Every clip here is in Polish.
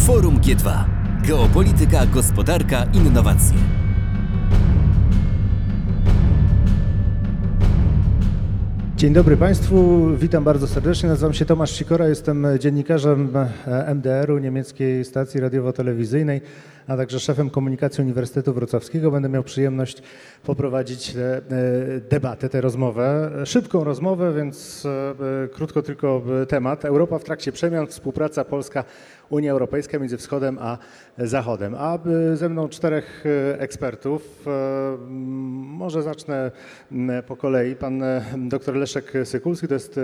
Forum G2. Geopolityka, gospodarka, innowacje. Dzień dobry Państwu, witam bardzo serdecznie. Nazywam się Tomasz Sikora, jestem dziennikarzem MDR-u, niemieckiej stacji radiowo-telewizyjnej, a także szefem komunikacji Uniwersytetu Wrocławskiego. Będę miał przyjemność poprowadzić tę rozmowę. Szybką rozmowę, więc krótko tylko temat. Europa w trakcie przemian, współpraca Polska, Unia Europejska między Wschodem a Zachodem. A ze mną czterech ekspertów. Może zacznę po kolei. Pan dr Leszek Sykulski to jest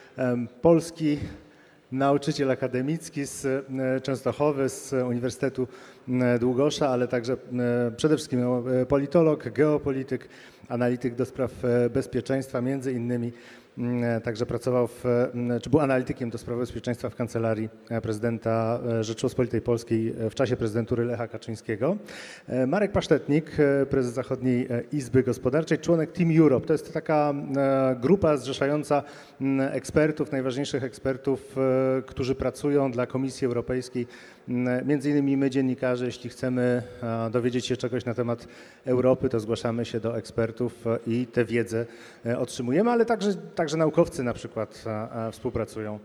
polski nauczyciel akademicki z Częstochowy, z Uniwersytetu Długosza, ale także przede wszystkim politolog, geopolityk, analityk do spraw bezpieczeństwa, między innymi także pracował czy był analitykiem do spraw bezpieczeństwa w Kancelarii Prezydenta Rzeczypospolitej Polskiej w czasie prezydentury Lecha Kaczyńskiego. Marek Pasztetnik, prezes Zachodniej Izby Gospodarczej, członek Team Europe. To jest taka grupa zrzeszająca ekspertów, najważniejszych ekspertów, którzy pracują dla Komisji Europejskiej. Między innymi my, dziennikarze, jeśli chcemy dowiedzieć się czegoś na temat Europy, to zgłaszamy się do ekspertów i tę wiedzę otrzymujemy, ale także naukowcy na przykład współpracują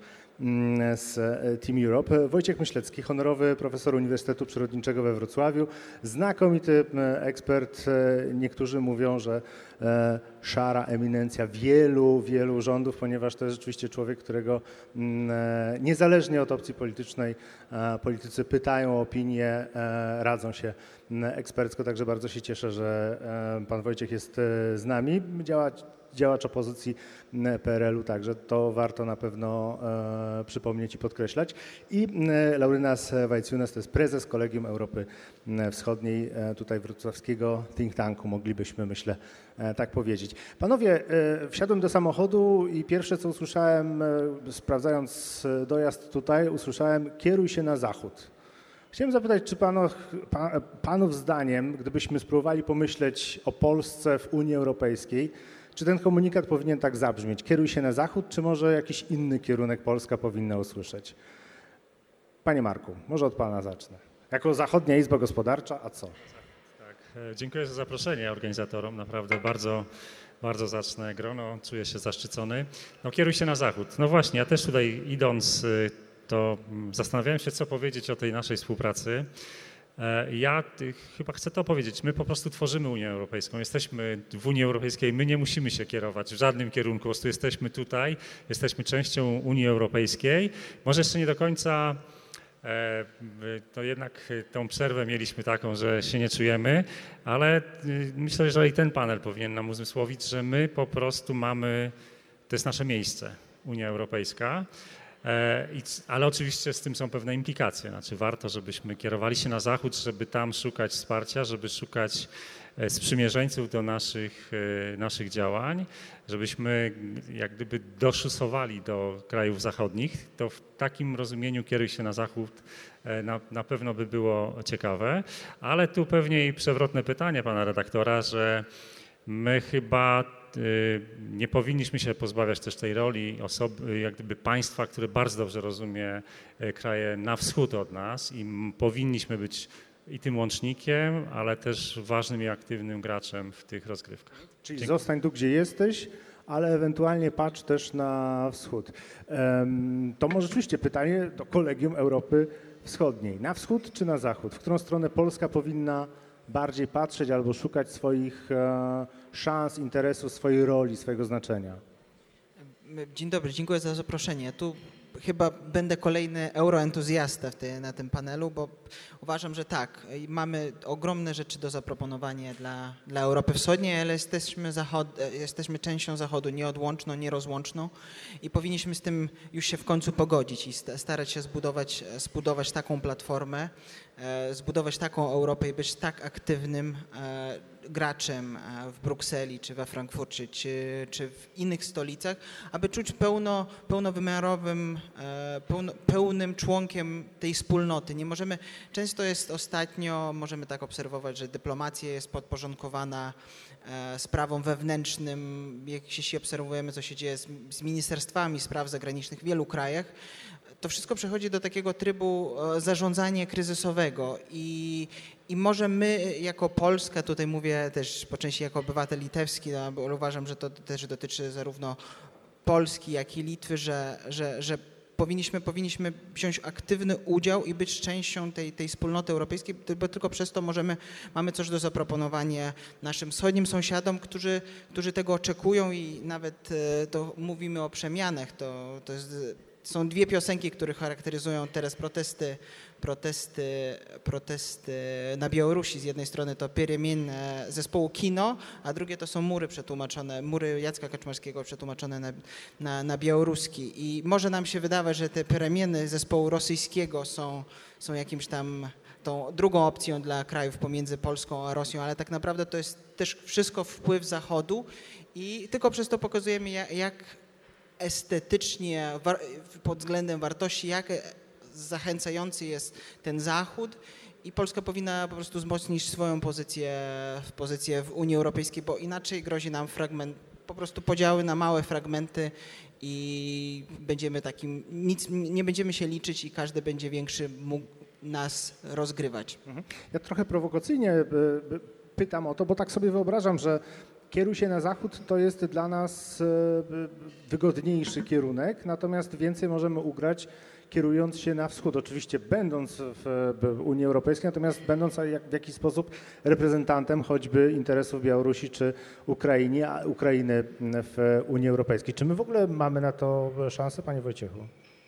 z Team Europe. Wojciech Myślecki, honorowy profesor Uniwersytetu Przyrodniczego we Wrocławiu, znakomity ekspert. Niektórzy mówią, że szara eminencja wielu rządów, ponieważ to jest rzeczywiście człowiek, którego niezależnie od opcji politycznej politycy pytają o opinię, radzą się ekspercko, także bardzo się cieszę, że pan Wojciech jest z nami. Działacz opozycji PRL-u, także to warto na pewno przypomnieć i podkreślać. I Laurynas Vaitsiūnas to jest prezes Kolegium Europy Wschodniej, tutaj wrocławskiego think tanku, moglibyśmy, myślę, tak powiedzieć. Panowie, wsiadłem do samochodu i pierwsze, co usłyszałem, sprawdzając dojazd tutaj, usłyszałem: kieruj się na zachód. Chciałem zapytać, czy panów zdaniem, gdybyśmy spróbowali pomyśleć o Polsce w Unii Europejskiej, czy ten komunikat powinien tak zabrzmieć: kieruj się na zachód, czy może jakiś inny kierunek Polska powinna usłyszeć? Panie Marku, może od pana zacznę. Jako Zachodnia Izba Gospodarcza, a co? Tak, dziękuję za zaproszenie organizatorom, naprawdę bardzo zacne grono, czuję się zaszczycony. No, kieruj się na zachód. No właśnie, ja też tutaj idąc, to zastanawiałem się, co powiedzieć o tej naszej współpracy. Ja chyba chcę to powiedzieć. My po prostu tworzymy Unię Europejską. Jesteśmy w Unii Europejskiej. My nie musimy się kierować w żadnym kierunku. Po prostu jesteśmy tutaj, jesteśmy częścią Unii Europejskiej. Może jeszcze nie do końca, to jednak tą przerwę mieliśmy taką, że się nie czujemy, ale myślę, że i ten panel powinien nam uzmysłowić, że my po prostu mamy, to jest nasze miejsce, Unia Europejska. Ale oczywiście z tym są pewne implikacje, znaczy warto, żebyśmy kierowali się na zachód, żeby tam szukać wsparcia, żeby szukać sprzymierzeńców do naszych działań, żebyśmy jak gdyby doszusowali do krajów zachodnich. To w takim rozumieniu kieruj się na zachód na pewno by było ciekawe, ale tu pewnie i przewrotne pytanie pana redaktora, że my chyba nie powinniśmy się pozbawiać też tej roli osoby, jak gdyby państwa, które bardzo dobrze rozumie kraje na wschód od nas i powinniśmy być i tym łącznikiem, ale też ważnym i aktywnym graczem w tych rozgrywkach. Czyli zostań tu, gdzie jesteś, ale ewentualnie patrz też na wschód. To może rzeczywiście pytanie do Kolegium Europy Wschodniej. Na wschód czy na zachód? W którą stronę Polska powinna bardziej patrzeć albo szukać swoich szans, interesów, swojej roli, swojego znaczenia? Dzień dobry, dziękuję za zaproszenie. Tu chyba będę kolejny euroentuzjasta na tym panelu, bo uważam, że tak, mamy ogromne rzeczy do zaproponowania dla Europy Wschodniej, ale jesteśmy częścią Zachodu nieodłączną, nierozłączną i powinniśmy z tym już się w końcu pogodzić i starać się zbudować taką platformę, zbudować taką Europę i być tak aktywnym graczem w Brukseli, czy we Frankfurcie, czy w innych stolicach, aby czuć pełnowymiarowym, pełnym członkiem tej wspólnoty. Nie możemy, często jest ostatnio, możemy tak obserwować, że dyplomacja jest podporządkowana sprawom wewnętrznym. Jeśli obserwujemy, co się dzieje z ministerstwami spraw zagranicznych w wielu krajach, to wszystko przechodzi do takiego trybu zarządzania kryzysowego i może my jako Polska, tutaj mówię też po części jako obywatel litewski, no, bo uważam, że to też dotyczy zarówno Polski, jak i Litwy, że powinniśmy wziąć aktywny udział i być częścią tej wspólnoty europejskiej, bo tylko przez to mamy coś do zaproponowania naszym wschodnim sąsiadom, którzy tego oczekują i nawet to mówimy o przemianach. Są dwie piosenki, które charakteryzują teraz protesty na Białorusi. Z jednej strony to Pieremin zespołu Kino, a drugie to są mury Jacka Kaczmarskiego przetłumaczone na białoruski. I może nam się wydawać, że te Pieremieny zespołu rosyjskiego są jakimś tam tą drugą opcją dla krajów pomiędzy Polską a Rosją, ale tak naprawdę to jest też wszystko wpływ Zachodu i tylko przez to pokazujemy, jak estetycznie, pod względem wartości, jak zachęcający jest ten Zachód i Polska powinna po prostu wzmocnić swoją pozycję w Unii Europejskiej, bo inaczej grozi nam po prostu podziały na małe fragmenty i nie będziemy się liczyć i każdy będzie większy mógł nas rozgrywać. Ja trochę prowokacyjnie pytam o to, bo tak sobie wyobrażam, że kieruj się na zachód to jest dla nas wygodniejszy kierunek, natomiast więcej możemy ugrać kierując się na wschód, oczywiście będąc w Unii Europejskiej, natomiast będąc w jakiś sposób reprezentantem choćby interesów Białorusi czy Ukrainy w Unii Europejskiej. Czy my w ogóle mamy na to szansę, panie Wojciechu?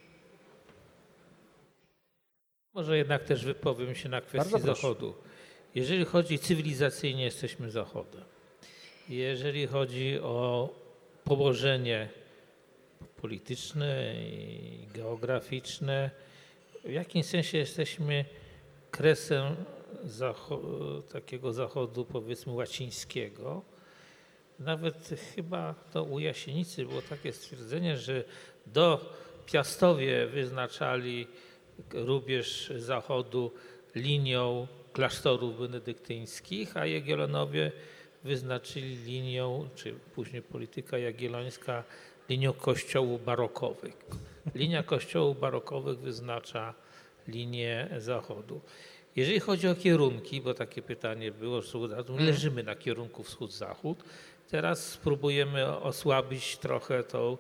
Może jednak też wypowiem się na kwestię Zachodu. Jeżeli chodzi cywilizacyjnie, jesteśmy Zachodem. Jeżeli chodzi o położenie polityczne i geograficzne, w jakimś sensie jesteśmy kresem takiego Zachodu, powiedzmy, łacińskiego. Nawet chyba to u Jasienicy było takie stwierdzenie, że Piastowie wyznaczali rubież Zachodu linią klasztorów benedyktyńskich, a Jagiellonowie wyznaczyli linią, czy później polityka jagiellońska, linią kościołów barokowych. Linia kościołów barokowych wyznacza linię Zachodu. Jeżeli chodzi o kierunki, bo takie pytanie było, leżymy na kierunku wschód-zachód. Teraz spróbujemy osłabić trochę tą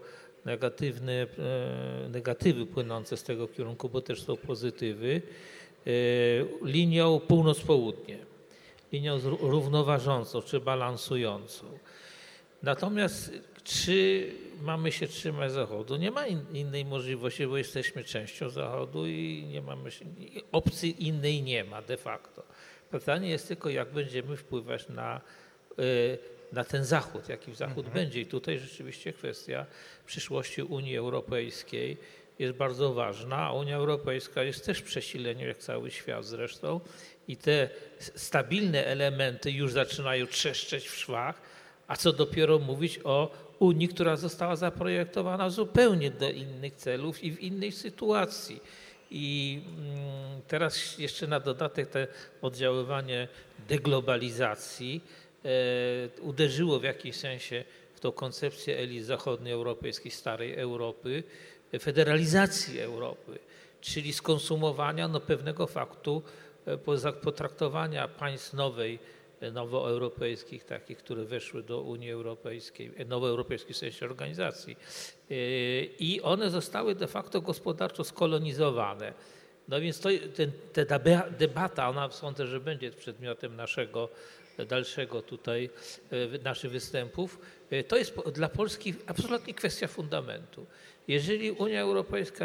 negatywy płynące z tego kierunku, bo też są pozytywy, linią północ-południe, linią równoważącą czy balansującą. Natomiast czy mamy się trzymać Zachodu? Nie ma innej możliwości, bo jesteśmy częścią Zachodu i nie mamy opcji innej nie ma de facto. Pytanie jest tylko, jak będziemy wpływać na ten Zachód, jaki Zachód będzie. I tutaj rzeczywiście kwestia przyszłości Unii Europejskiej jest bardzo ważna, a Unia Europejska jest też przesileniem, jak cały świat zresztą, i te stabilne elementy już zaczynają trzeszczeć w szwach, a co dopiero mówić o Unii, która została zaprojektowana zupełnie do innych celów i w innej sytuacji. I teraz jeszcze na dodatek to oddziaływanie deglobalizacji uderzyło w jakimś sensie w tą koncepcję elit zachodnioeuropejskiej, starej Europy, federalizacji Europy, czyli skonsumowania pewnego faktu potraktowania państw nowoeuropejskich, takich, które weszły do Unii Europejskiej, nowoeuropejskiej w sensie organizacji. I one zostały de facto gospodarczo skolonizowane. No więc ta debata, ona sądzę, że będzie przedmiotem naszego dalszego tutaj, naszych występów. To jest dla Polski absolutnie kwestia fundamentu. Jeżeli Unia Europejska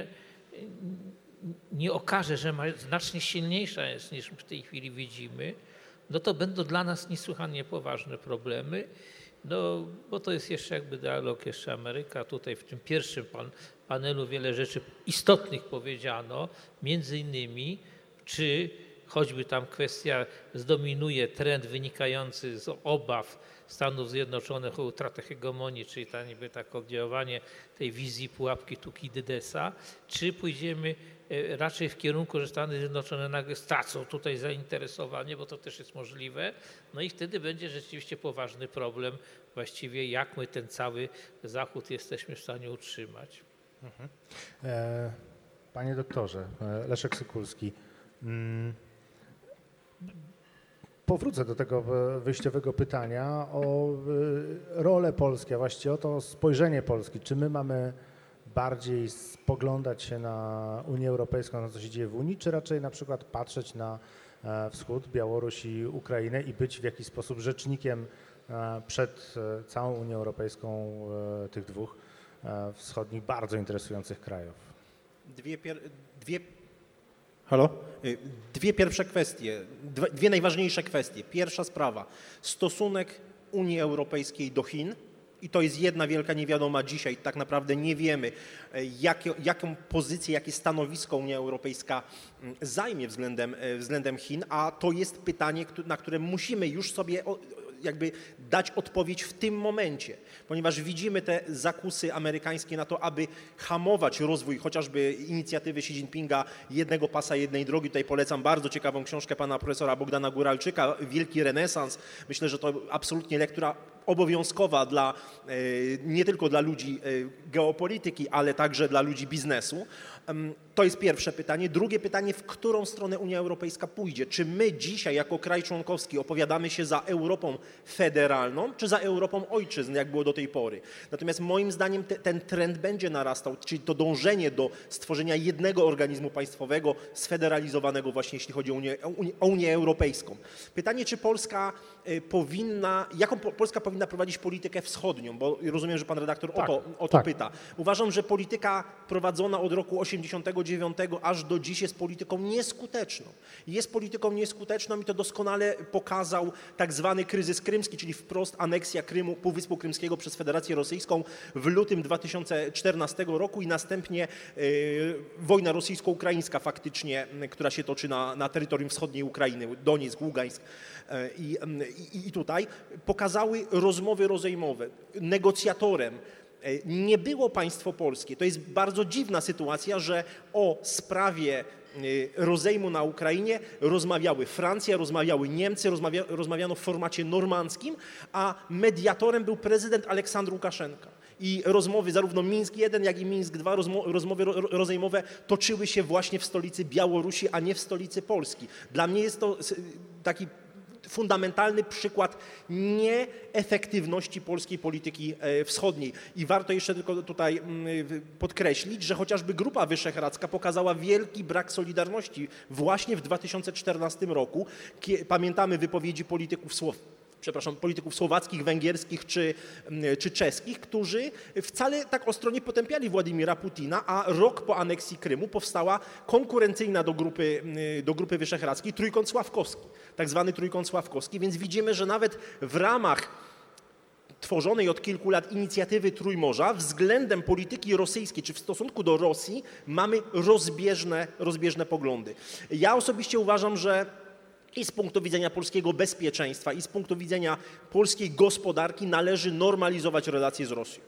nie okaże, że znacznie silniejsza jest niż w tej chwili widzimy, no to będą dla nas niesłychanie poważne problemy, no bo to jest jeszcze jakby dialog, jeszcze Ameryka. Tutaj w tym pierwszym panelu wiele rzeczy istotnych powiedziano, między innymi, czy choćby tam kwestia zdominuje trend wynikający z obaw Stanów Zjednoczonych o utratę hegemonii, czyli niby tak oddziaływanie tej wizji pułapki Tukidydesa, czy pójdziemy raczej w kierunku, że Stany Zjednoczone nagle stracą tutaj zainteresowanie, bo to też jest możliwe, no i wtedy będzie rzeczywiście poważny problem właściwie, jak my ten cały Zachód jesteśmy w stanie utrzymać. Panie doktorze, Leszek Sykulski, powrócę do tego wyjściowego pytania o rolę Polski, a właściwie o to spojrzenie Polski. Czy my mamy bardziej spoglądać się na Unię Europejską, na co się dzieje w Unii, czy raczej na przykład patrzeć na Wschód, Białoruś i Ukrainę i być w jakiś sposób rzecznikiem przed całą Unią Europejską tych dwóch wschodnich, bardzo interesujących krajów? Dwie pierwsze kwestie, dwie najważniejsze kwestie. Pierwsza sprawa, stosunek Unii Europejskiej do Chin. I to jest jedna wielka niewiadoma dzisiaj. Tak naprawdę nie wiemy, jaką pozycję, jakie stanowisko Unia Europejska zajmie względem Chin, a to jest pytanie, na które musimy już sobie jakby dać odpowiedź w tym momencie, ponieważ widzimy te zakusy amerykańskie na to, aby hamować rozwój chociażby inicjatywy Xi Jinpinga jednego pasa, jednej drogi. Tutaj polecam bardzo ciekawą książkę pana profesora Bogdana Góralczyka, Wielki Renesans. Myślę, że to absolutnie lektura obowiązkowa nie tylko dla ludzi geopolityki, ale także dla ludzi biznesu. To jest pierwsze pytanie. Drugie pytanie, w którą stronę Unia Europejska pójdzie? Czy my dzisiaj jako kraj członkowski opowiadamy się za Europą federalną, czy za Europą ojczyzn, jak było do tej pory? Natomiast moim zdaniem ten trend będzie narastał, czyli to dążenie do stworzenia jednego organizmu państwowego, sfederalizowanego właśnie, jeśli chodzi o Unię Europejską. Pytanie, czy Polska jaką Polska powinna prowadzić politykę wschodnią, bo rozumiem, że pan redaktor o to pyta. Uważam, że polityka prowadzona od roku 1989 aż do dziś jest polityką nieskuteczną. Jest polityką nieskuteczną i to doskonale pokazał tak zwany kryzys krymski, czyli wprost aneksja Krymu, Półwyspu Krymskiego przez Federację Rosyjską w lutym 2014 roku i następnie wojna rosyjsko-ukraińska faktycznie, która się toczy na terytorium wschodniej Ukrainy, Donieck, Ługańsk. I tutaj pokazały rozmowy rozejmowe. Negocjatorem nie było państwo polskie. To jest bardzo dziwna sytuacja, że o sprawie rozejmu na Ukrainie rozmawiały Francja, rozmawiały Niemcy, rozmawiano w formacie normandzkim, a mediatorem był prezydent Aleksandr Łukaszenka. I rozmowy zarówno Mińsk I, jak i Mińsk II, rozmowy rozejmowe toczyły się właśnie w stolicy Białorusi, a nie w stolicy Polski. Dla mnie jest to taki fundamentalny przykład nieefektywności polskiej polityki wschodniej. I warto jeszcze tylko tutaj podkreślić, że chociażby Grupa Wyszehradzka pokazała wielki brak solidarności właśnie w 2014 roku. Pamiętamy wypowiedzi polityków słowackich, węgierskich czy czeskich, którzy wcale tak ostro nie potępiali Władimira Putina, a rok po aneksji Krymu powstała konkurencyjna do Grupy Wyszehradzkiej Trójkąt Sławkowski, tak zwany Trójkąt Sławkowski, więc widzimy, że nawet w ramach tworzonej od kilku lat inicjatywy Trójmorza względem polityki rosyjskiej, czy w stosunku do Rosji mamy rozbieżne poglądy. Ja osobiście uważam, że i z punktu widzenia polskiego bezpieczeństwa, i z punktu widzenia polskiej gospodarki należy normalizować relacje z Rosją.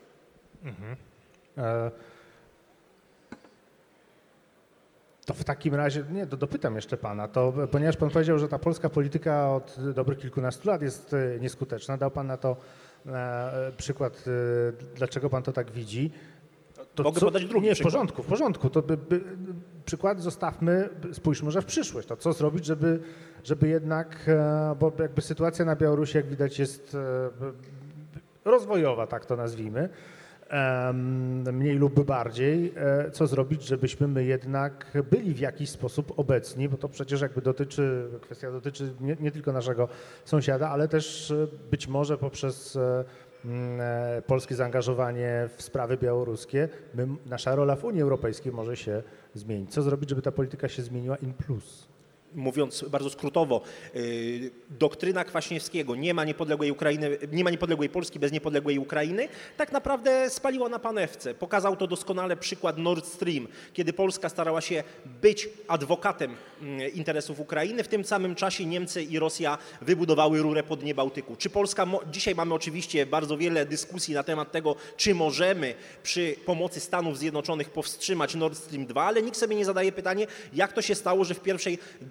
To w takim razie, dopytam jeszcze pana, ponieważ pan powiedział, że ta polska polityka od dobrych kilkunastu lat jest nieskuteczna, dał pan na to przykład, dlaczego pan to tak widzi. Mogę podać drugi Nie, przykład. w porządku. To przykłady zostawmy, spójrzmy może w przyszłość. To co zrobić, żeby jednak, bo jakby sytuacja na Białorusi, jak widać, jest rozwojowa, tak to nazwijmy, mniej lub bardziej. Co zrobić, żebyśmy my jednak byli w jakiś sposób obecni, bo to przecież jakby kwestia dotyczy nie tylko naszego sąsiada, ale też być może poprzez polskie zaangażowanie w sprawy białoruskie, nasza rola w Unii Europejskiej może się zmienić. Co zrobić, żeby ta polityka się zmieniła in plus? Mówiąc bardzo skrótowo, doktryna Kwaśniewskiego, nie ma niepodległej Polski bez niepodległej Ukrainy, tak naprawdę spaliła na panewce. Pokazał to doskonale przykład Nord Stream, kiedy Polska starała się być adwokatem interesów Ukrainy. W tym samym czasie Niemcy i Rosja wybudowały rurę po dnie Bałtyku. Czy Polska, dzisiaj mamy oczywiście bardzo wiele dyskusji na temat tego, czy możemy przy pomocy Stanów Zjednoczonych powstrzymać Nord Stream 2, ale nikt sobie nie zadaje pytania, jak to się stało, że w pierwszej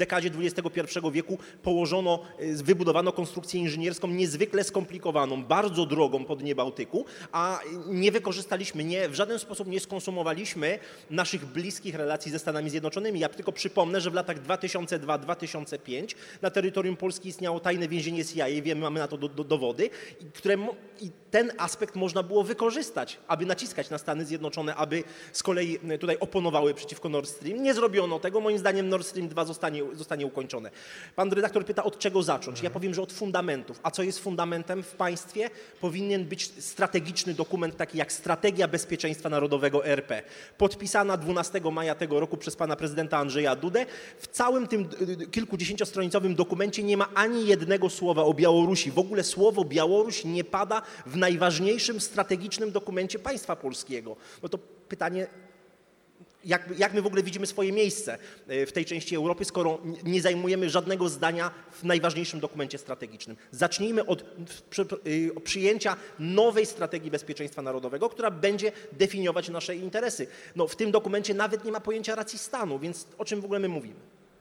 dekadzie XXI wieku wybudowano konstrukcję inżynierską niezwykle skomplikowaną, bardzo drogą po dnie Bałtyku, a nie wykorzystaliśmy, w żaden sposób nie skonsumowaliśmy naszych bliskich relacji ze Stanami Zjednoczonymi. Ja tylko przypomnę, że w latach 2002-2005 na terytorium Polski istniało tajne więzienie CIA, wiemy, mamy na to dowody, i ten aspekt można było wykorzystać, aby naciskać na Stany Zjednoczone, aby z kolei tutaj oponowały przeciwko Nord Stream. Nie zrobiono tego. Moim zdaniem Nord Stream 2 zostanie ukończone. Pan redaktor pyta, od czego zacząć. Ja powiem, że od fundamentów. A co jest fundamentem w państwie? Powinien być strategiczny dokument, taki jak Strategia Bezpieczeństwa Narodowego RP, podpisana 12 maja tego roku przez pana prezydenta Andrzeja Dudę. W całym tym kilkudziesięciostronicowym dokumencie nie ma ani jednego słowa o Białorusi. W ogóle słowo Białoruś nie pada w najważniejszym strategicznym dokumencie państwa polskiego. No to pytanie, jak my w ogóle widzimy swoje miejsce w tej części Europy, skoro nie zajmujemy żadnego zdania w najważniejszym dokumencie strategicznym. Zacznijmy od przyjęcia nowej strategii bezpieczeństwa narodowego, która będzie definiować nasze interesy. No, w tym dokumencie nawet nie ma pojęcia racji stanu, więc o czym w ogóle my mówimy?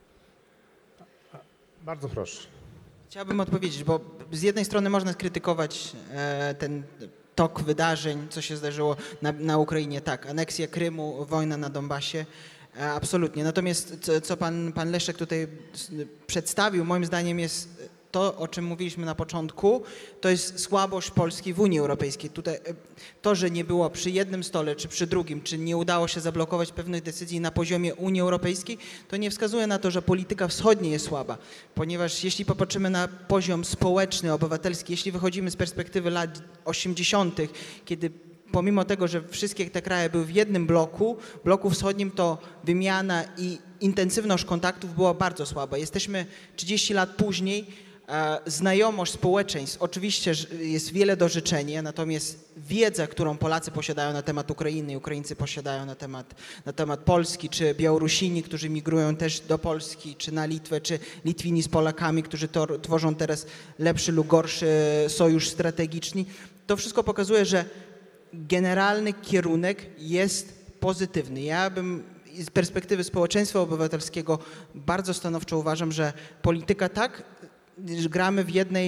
Bardzo proszę. Chciałbym odpowiedzieć, bo z jednej strony można skrytykować ten tok wydarzeń, co się zdarzyło na Ukrainie. Tak, aneksja Krymu, wojna na Donbasie, absolutnie. Natomiast co pan Leszek tutaj przedstawił, moim zdaniem jest to, o czym mówiliśmy na początku, to jest słabość Polski w Unii Europejskiej. Tutaj to, że nie było przy jednym stole, czy przy drugim, czy nie udało się zablokować pewnych decyzji na poziomie Unii Europejskiej, to nie wskazuje na to, że polityka wschodnia jest słaba. Ponieważ jeśli popatrzymy na poziom społeczny, obywatelski, jeśli wychodzimy z perspektywy lat 80., kiedy pomimo tego, że wszystkie te kraje były w jednym bloku wschodnim, to wymiana i intensywność kontaktów była bardzo słaba. Jesteśmy 30 lat później. Znajomość społeczeństw oczywiście jest wiele do życzenia, natomiast wiedza, którą Polacy posiadają na temat Ukrainy i Ukraińcy posiadają na temat Polski, czy Białorusini, którzy migrują też do Polski, czy na Litwę, czy Litwini z Polakami, którzy tworzą teraz lepszy lub gorszy sojusz strategiczny, to wszystko pokazuje, że generalny kierunek jest pozytywny. Ja bym z perspektywy społeczeństwa obywatelskiego bardzo stanowczo uważam, że polityka tak, gramy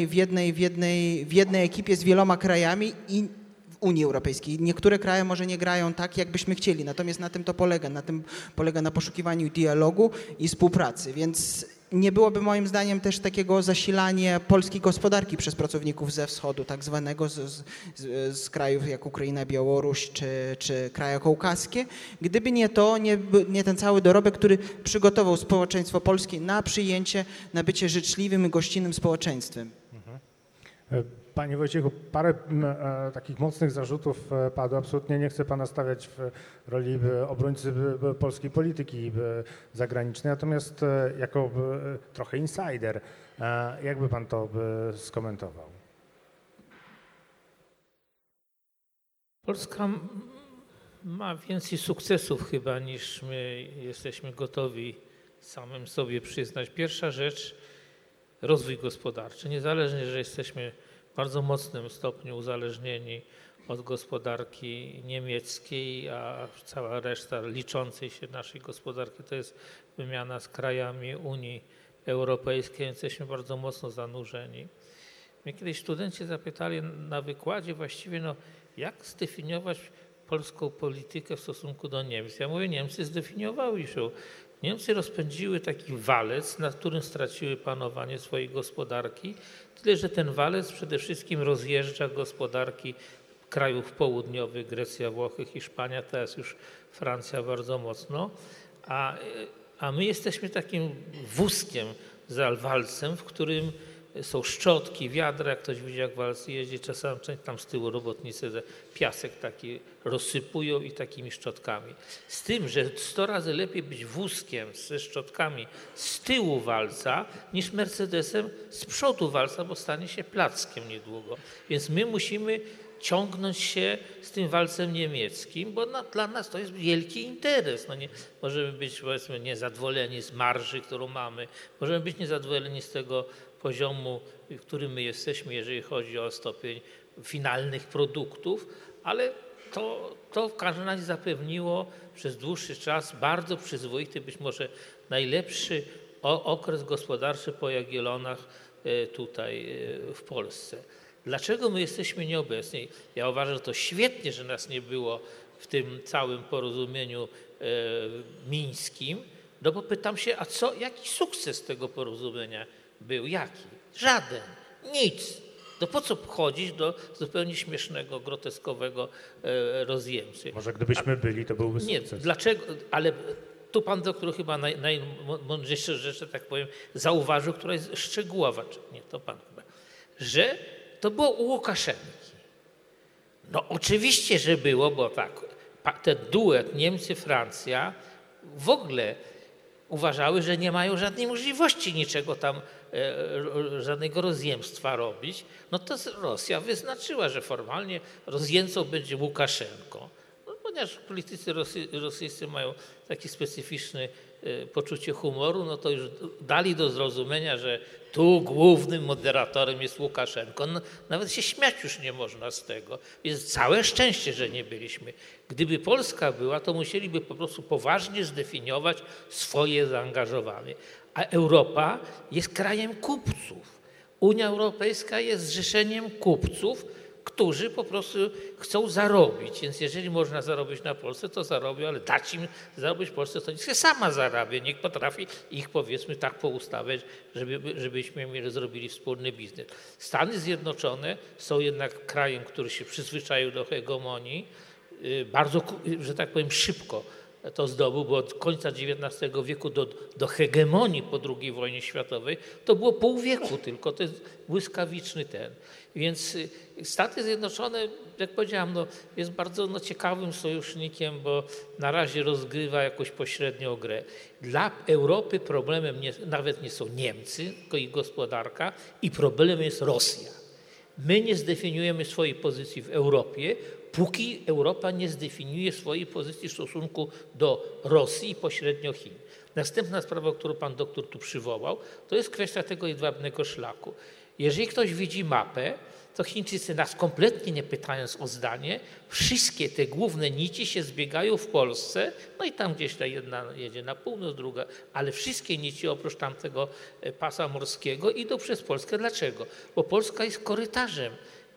w jednej ekipie z wieloma krajami i w Unii Europejskiej. Niektóre kraje może nie grają tak, jakbyśmy chcieli, natomiast na tym to polega. Na tym polega na poszukiwaniu dialogu i współpracy, więc nie byłoby moim zdaniem też takiego zasilania polskiej gospodarki przez pracowników ze wschodu, tak zwanego z krajów jak Ukraina, Białoruś czy kraje kaukaskie, gdyby nie to, nie ten cały dorobek, który przygotował społeczeństwo polskie na przyjęcie, na bycie życzliwym i gościnnym społeczeństwem. Panie Wojciechu, parę takich mocnych zarzutów padło. Absolutnie nie chcę pana stawiać w roli obrońcy polskiej polityki zagranicznej, natomiast jako trochę insider, jakby pan to skomentował? Polska ma więcej sukcesów chyba niż my jesteśmy gotowi samym sobie przyznać. Pierwsza rzecz, rozwój gospodarczy. Niezależnie, że jesteśmy w bardzo mocnym stopniu uzależnieni od gospodarki niemieckiej, a cała reszta liczącej się naszej gospodarki to jest wymiana z krajami Unii Europejskiej, więc jesteśmy bardzo mocno zanurzeni. Mnie kiedyś studenci zapytali na wykładzie właściwie, jak zdefiniować polską politykę w stosunku do Niemiec. Ja mówię, Niemcy zdefiniowały się. Niemcy rozpędziły taki walec, nad którym straciły panowanie swojej gospodarki, tyle że ten walec przede wszystkim rozjeżdża gospodarki krajów południowych, Grecja, Włochy, Hiszpania, teraz już Francja bardzo mocno, a my jesteśmy takim wózkiem za walcem, w którym są szczotki, wiadra, jak ktoś widzi jak walc jeździ, czasami tam z tyłu robotnicy piasek taki rozsypują i takimi szczotkami. Z tym, że 100 razy lepiej być wózkiem ze szczotkami z tyłu walca niż Mercedesem z przodu walca, bo stanie się plackiem niedługo. Więc my musimy ciągnąć się z tym walcem niemieckim, bo dla nas to jest wielki interes. Nie możemy być, powiedzmy, niezadowoleni z marży, którą mamy, możemy być niezadowoleni z tego poziomu, w którym my jesteśmy, jeżeli chodzi o stopień finalnych produktów, ale to w każdym razie zapewniło przez dłuższy czas bardzo przyzwoity, być może najlepszy okres gospodarczy po Jagiellonach tutaj w Polsce. Dlaczego my jesteśmy nieobecni? Ja uważam, że to świetnie, że nas nie było w tym całym porozumieniu mińskim, no bo pytam się, jaki sukces tego porozumienia był? Jaki? Żaden. Nic. No po co chodzić do zupełnie śmiesznego, groteskowego rozjemcy? Może gdybyśmy byli, to byłby Nie, sukces. dlaczego? Ale tu pan doktor chyba najmądrzejsze rzeczy, tak powiem, zauważył, która jest szczegółowa. Nie, to pan chyba. Że to było u Łukaszenki. No oczywiście, że było, bo tak, ten duet Niemcy-Francja w ogóle uważały, że nie mają żadnej możliwości niczego tam, żadnego rozjemstwa robić. No to Rosja wyznaczyła, że formalnie rozjemcą będzie Łukaszenko. No, ponieważ politycy rosyjscy mają takie specyficzne poczucie humoru, no to już dali do zrozumienia, że tu głównym moderatorem jest Łukaszenko. No, nawet się śmiać już nie można z tego. Jest całe szczęście, że nie byliśmy. Gdyby Polska była, to musieliby po prostu poważnie zdefiniować swoje zaangażowanie. A Europa jest krajem kupców. Unia Europejska jest zrzeszeniem kupców, którzy po prostu chcą zarobić. Więc jeżeli można zarobić na Polsce, to zarobią, ale dać im zarobić w Polsce, to niech się sama zarabia. Niech potrafi ich, powiedzmy, tak poustawiać, żebyśmy zrobili wspólny biznes. Stany Zjednoczone są jednak krajem, który się przyzwyczaił do hegemonii, bardzo, że tak powiem, szybko to zdobył, bo od końca XIX wieku do hegemonii po II wojnie światowej to było pół wieku tylko, to jest błyskawiczny ten. Więc Stany Zjednoczone, jak powiedziałam, no, jest bardzo ciekawym sojusznikiem, bo na razie rozgrywa jakąś pośrednią grę. Dla Europy problemem nawet nie są Niemcy, tylko ich gospodarka i problemem jest Rosja. My nie zdefiniujemy swojej pozycji w Europie, póki Europa nie zdefiniuje swojej pozycji w stosunku do Rosji i pośrednio Chin. Następna sprawa, którą pan doktor tu przywołał, to jest kwestia tego jedwabnego szlaku. Jeżeli ktoś widzi mapę, to Chińczycy nas kompletnie nie pytając o zdanie, wszystkie te główne nici się zbiegają w Polsce, no i tam gdzieś ta jedna jedzie na północ, druga, ale wszystkie nici oprócz tamtego pasa morskiego idą przez Polskę. Dlaczego? Bo Polska jest korytarzem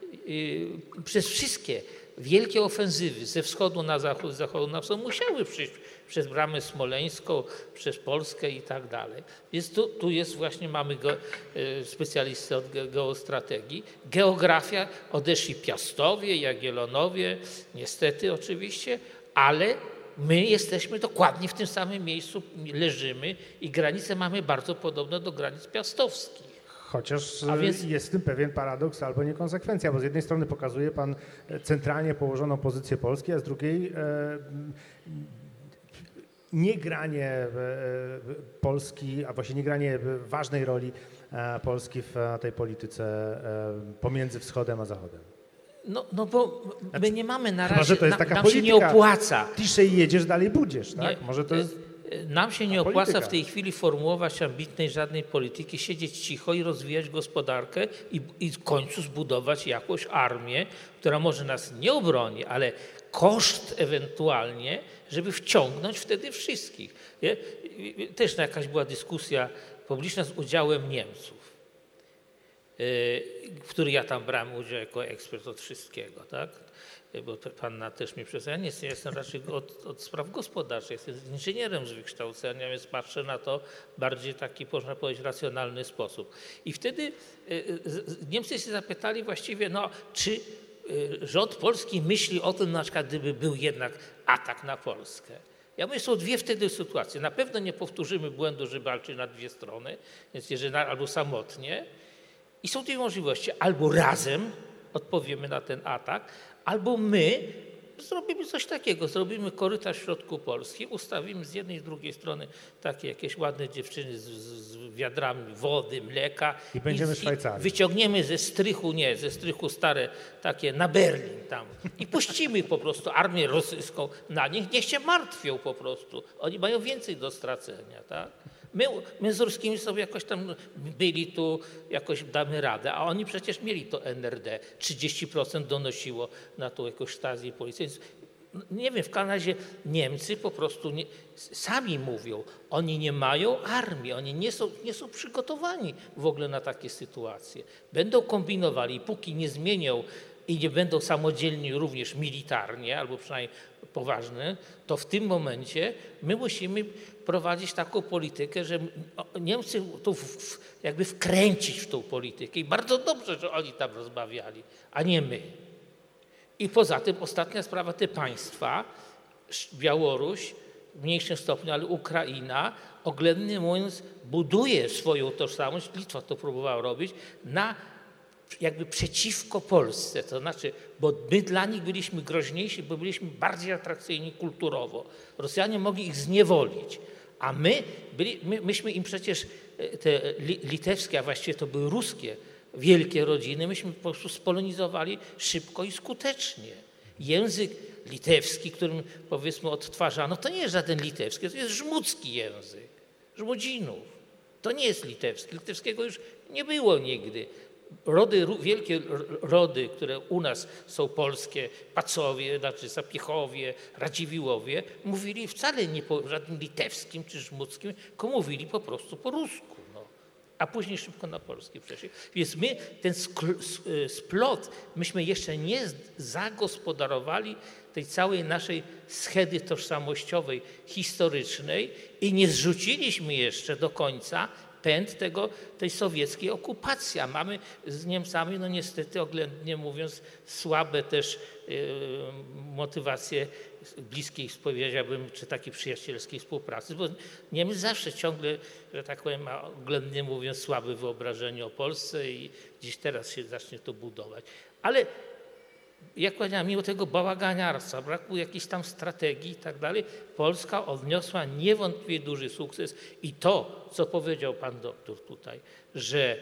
przez wszystkie wielkie ofensywy ze wschodu na zachód, z zachodu na wschód musiały przyjść przez bramę smoleńską, przez Polskę i tak dalej. Więc tu jest właśnie, mamy specjalistę od geostrategii. Geografia, odeszli Piastowie, Jagiellonowie, niestety oczywiście, ale my jesteśmy dokładnie w tym samym miejscu, leżymy i granice mamy bardzo podobne do granic piastowskich. Chociaż więc jest w tym pewien paradoks albo niekonsekwencja, bo z jednej strony pokazuje pan centralnie położoną pozycję Polski, a z drugiej niegranie Polski, a właściwie niegranie ważnej roli Polski w tej polityce pomiędzy wschodem a zachodem. No bo my nie mamy na razie, Może to jest taka nam polityka, się nie opłaca. Ciszej jedziesz, dalej budziesz, tak? Nie, Może to jest... Nam się nie polityka. opłaca w tej chwili formułować ambitnej żadnej polityki, siedzieć cicho i rozwijać gospodarkę i w końcu zbudować jakąś armię, która może nas nie obroni, ale koszt ewentualnie, żeby wciągnąć wtedy wszystkich. Nie? Też jakaś była dyskusja publiczna z udziałem Niemców, w której ja tam brałem udział jako ekspert od wszystkiego, tak? Bo panna też mi przedstawia, ja jestem raczej od spraw gospodarczych, jestem inżynierem z wykształcenia, więc patrzę na to bardziej taki, można powiedzieć, racjonalny sposób. I wtedy Niemcy się zapytali właściwie, no, czy rząd polski myśli o tym, na przykład gdyby był jednak atak na Polskę. Ja mówię, są dwie wtedy sytuacje. Na pewno nie powtórzymy błędu, że walczy na dwie strony, więc jeżeli albo samotnie. I są dwie możliwości. Albo razem odpowiemy na ten atak, albo my zrobimy coś takiego. Zrobimy korytarz w środku Polski, ustawimy z jednej i z drugiej strony takie jakieś ładne dziewczyny z wiadrami wody, mleka. I będziemy Szwajcarii. Wyciągniemy ze strychu stare takie na Berlin tam i puścimy po prostu armię rosyjską na nich. Niech się martwią po prostu. Oni mają więcej do stracenia, tak? My z ruskimi sobie jakoś tam byli tu, jakoś damy radę, a oni przecież mieli to NRD. 30% donosiło na tą jakąś stazję policji. Więc Nie wiem, w każdym razie Niemcy po prostu sami mówią, oni nie mają armii, oni nie są przygotowani w ogóle na takie sytuacje. Będą kombinowali, póki nie zmienią i nie będą samodzielni również militarnie, albo przynajmniej poważne, to w tym momencie my musimy prowadzić taką politykę, że Niemcy tu jakby wkręcić w tą politykę. I bardzo dobrze, że oni tam rozmawiali, a nie my. I poza tym ostatnia sprawa, te państwa, Białoruś w mniejszym stopniu, ale Ukraina, oględnie mówiąc, buduje swoją tożsamość, Litwa to próbowała robić, jakby przeciwko Polsce, to znaczy, bo my dla nich byliśmy groźniejsi, bo byliśmy bardziej atrakcyjni kulturowo. Rosjanie mogli ich zniewolić, a myśmy im przecież te litewskie, a właściwie to były ruskie wielkie rodziny, myśmy po prostu spolonizowali szybko i skutecznie. Język litewski, którym powiedzmy odtwarzano, to nie jest żaden litewski, to jest żmudzki język, Żmudzinów. To nie jest litewski. Litewskiego już nie było nigdy. Wielkie rody, które u nas są polskie, Pacowie, znaczy Zapiechowie, Radziwiłłowie, mówili wcale nie po żadnym litewskim czy żmudzkim, tylko mówili po prostu po rusku. No. A później szybko na polski przeszli. Więc my ten splot, myśmy jeszcze nie zagospodarowali tej całej naszej schedy tożsamościowej, historycznej i nie zrzuciliśmy jeszcze do końca pęd tej sowieckiej okupacji. A mamy z Niemcami, no niestety oględnie mówiąc, słabe też motywacje bliskiej, powiedziałbym, czy takiej przyjacielskiej współpracy, bo Niemiec zawsze ciągle, że tak powiem, ma oględnie mówiąc słabe wyobrażenie o Polsce i gdzieś teraz się zacznie to budować. Ale jak powiedziałem, mimo tego bałaganiarstwa, braku jakiejś tam strategii i tak dalej, Polska odniosła niewątpliwie duży sukces i to, co powiedział pan doktor tutaj, że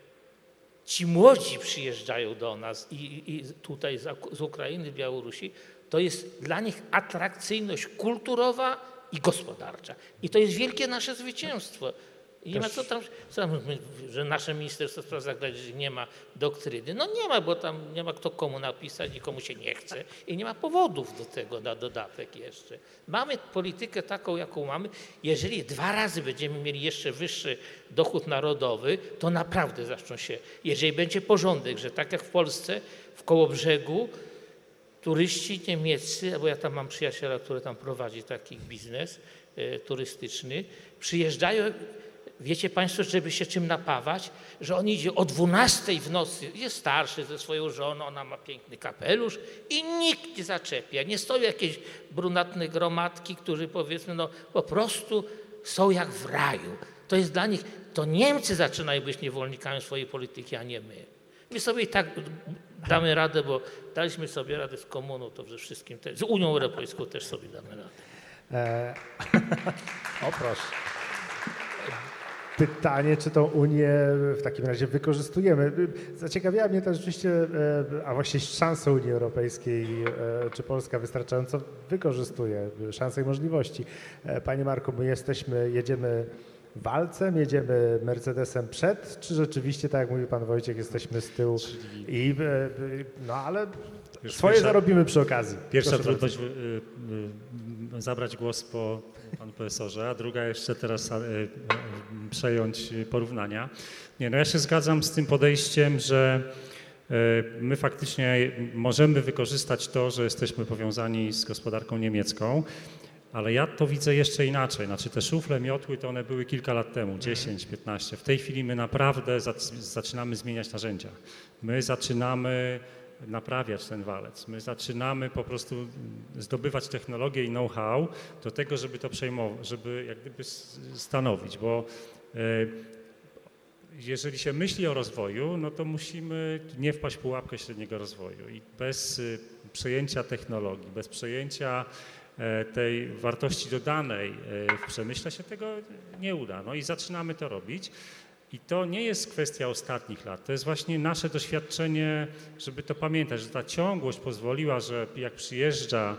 ci młodzi przyjeżdżają do nas i tutaj z Ukrainy, Białorusi, to jest dla nich atrakcyjność kulturowa i gospodarcza. I to jest wielkie nasze zwycięstwo. I nie ma co tam, że nasze Ministerstwo Spraw Zagranicznych nie ma doktryny. No nie ma, bo tam nie ma kto komu napisać, nikomu się nie chce i nie ma powodów do tego na dodatek jeszcze. Mamy politykę taką, jaką mamy. Jeżeli 2 razy będziemy mieli jeszcze wyższy dochód narodowy, to naprawdę zaczną się, jeżeli będzie porządek, że tak jak w Polsce, w Kołobrzegu, turyści niemieccy, bo ja tam mam przyjaciela, który tam prowadzi taki biznes turystyczny, przyjeżdżają. Wiecie państwo, żeby się czym napawać, że on idzie o 12 w nocy, jest starszy ze swoją żoną, ona ma piękny kapelusz i nikt nie zaczepia. Nie stoją jakieś brunatne gromadki, którzy powiedzmy, no po prostu są jak w raju. To jest dla nich, to Niemcy zaczynają być niewolnikami swojej polityki, a nie my. My sobie i tak damy radę, bo daliśmy sobie radę z komuną, to ze wszystkim, z Unią Europejską też sobie damy radę. O proszę. Pytanie, czy tą Unię w takim razie wykorzystujemy. Zaciekawiała mnie to rzeczywiście, a właściwie szanse Unii Europejskiej, czy Polska wystarczająco wykorzystuje szanse i możliwości. Panie Marku, my jedziemy walcem, jedziemy Mercedesem przed, czy rzeczywiście, tak jak mówi pan Wojciech, jesteśmy z tyłu i no ale Już swoje zarobimy przy okazji. Pierwsza Proszę trudność zabrać głos po panu profesorze, a druga jeszcze teraz przejąć porównania. Nie, no ja się zgadzam z tym podejściem, że my faktycznie możemy wykorzystać to, że jesteśmy powiązani z gospodarką niemiecką, ale ja to widzę jeszcze inaczej. Znaczy te szufle, miotły, to one były kilka lat temu, 10, 15. W tej chwili my naprawdę zaczynamy zmieniać narzędzia. My zaczynamy naprawiać ten walec. My zaczynamy po prostu zdobywać technologię i know-how do tego, żeby to przejmować, żeby jak gdyby stanowić, bo jeżeli się myśli o rozwoju, no to musimy nie wpaść w pułapkę średniego rozwoju i bez przejęcia technologii, bez przejęcia tej wartości dodanej w przemyśle się tego nie uda. No i zaczynamy to robić. I to nie jest kwestia ostatnich lat, to jest właśnie nasze doświadczenie, żeby to pamiętać, że ta ciągłość pozwoliła, że jak przyjeżdża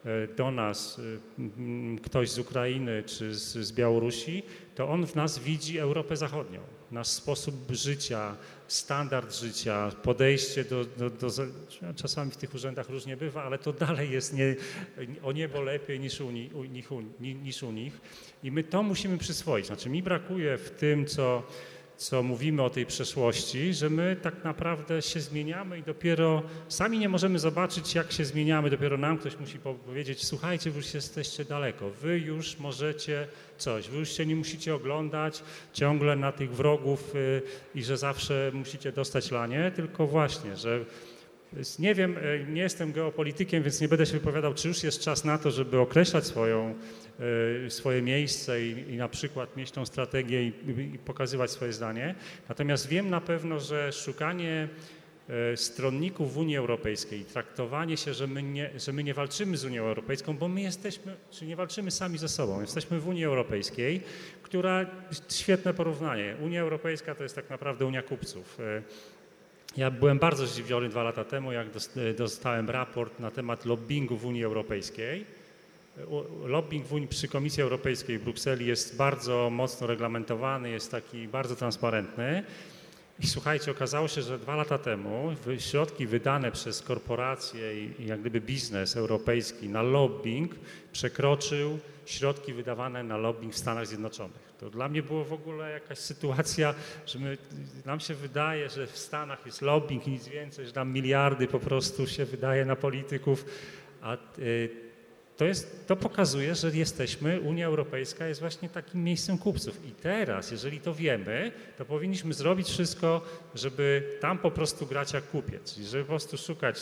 do nas ktoś z Ukrainy czy z Białorusi, to on w nas widzi Europę Zachodnią. Nasz sposób życia, standard życia, podejście czasami w tych urzędach różnie bywa, ale to dalej jest o niebo lepiej niż u nich. I my to musimy przyswoić. Znaczy mi brakuje w tym, co mówimy o tej przeszłości, że my tak naprawdę się zmieniamy i dopiero sami nie możemy zobaczyć, jak się zmieniamy. Dopiero nam ktoś musi powiedzieć, słuchajcie, wy już jesteście daleko, wy już możecie coś, wy już się nie musicie oglądać ciągle na tych wrogów i że zawsze musicie dostać lanie, tylko właśnie, że nie wiem, nie jestem geopolitykiem, więc nie będę się wypowiadał, czy już jest czas na to, żeby określać swoje miejsce i na przykład mieć tą strategię i pokazywać swoje zdanie. Natomiast wiem na pewno, że szukanie stronników w Unii Europejskiej, traktowanie się, że my nie walczymy z Unią Europejską, bo my jesteśmy, czy nie walczymy sami ze sobą, jesteśmy w Unii Europejskiej, która, świetne porównanie, Unia Europejska to jest tak naprawdę Unia kupców. Ja byłem bardzo zdziwiony 2 lata temu, jak dostałem raport na temat lobbingu w Unii Europejskiej. Lobbying przy Komisji Europejskiej w Brukseli jest bardzo mocno reglamentowany, jest taki bardzo transparentny. I słuchajcie, okazało się, że 2 lata temu środki wydane przez korporacje i jak gdyby biznes europejski na lobbying przekroczył środki wydawane na lobbying w Stanach Zjednoczonych. To dla mnie było w ogóle jakaś sytuacja, że nam się wydaje, że w Stanach jest lobbying i nic więcej, że tam miliardy po prostu się wydaje na polityków, a to pokazuje, że Unia Europejska jest właśnie takim miejscem kupców. I teraz, jeżeli to wiemy, to powinniśmy zrobić wszystko, żeby tam po prostu grać jak kupiec, żeby po prostu szukać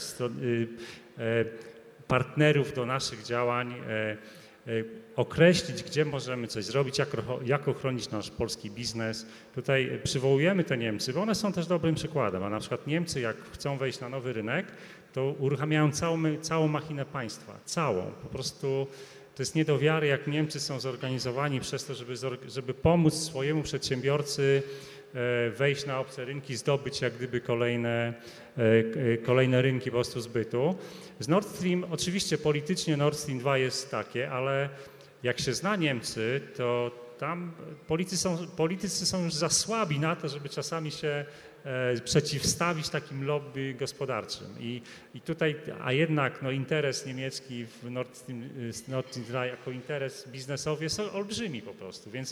partnerów do naszych działań, określić, gdzie możemy coś zrobić, jak ochronić nasz polski biznes. Tutaj przywołujemy te Niemcy, bo one są też dobrym przykładem, a na przykład Niemcy, jak chcą wejść na nowy rynek, to uruchamiają całą machinę państwa, całą. Po prostu to jest nie do wiary, jak Niemcy są zorganizowani przez to, żeby pomóc swojemu przedsiębiorcy wejść na obce rynki, zdobyć jak gdyby kolejne rynki po prostu zbytu. Z Nord Stream, oczywiście politycznie Nord Stream 2 jest takie, ale jak się zna Niemcy, to tam politycy są już za słabi na to, żeby czasami się przeciwstawić takim lobby gospodarczym. I tutaj, a jednak interes niemiecki w Nord Stream 2 jako interes biznesowy jest olbrzymi po prostu, więc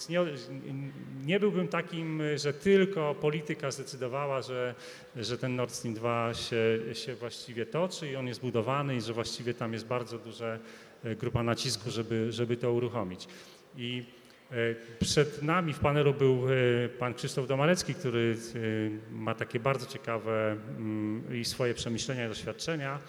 nie byłbym takim, że tylko polityka zdecydowała, że ten Nord Stream 2 się właściwie toczy i on jest budowany i że właściwie tam jest bardzo duża grupa nacisku, żeby to uruchomić. I przed nami w panelu był pan Krzysztof Domalecki, który ma takie bardzo ciekawe i swoje przemyślenia i doświadczenia.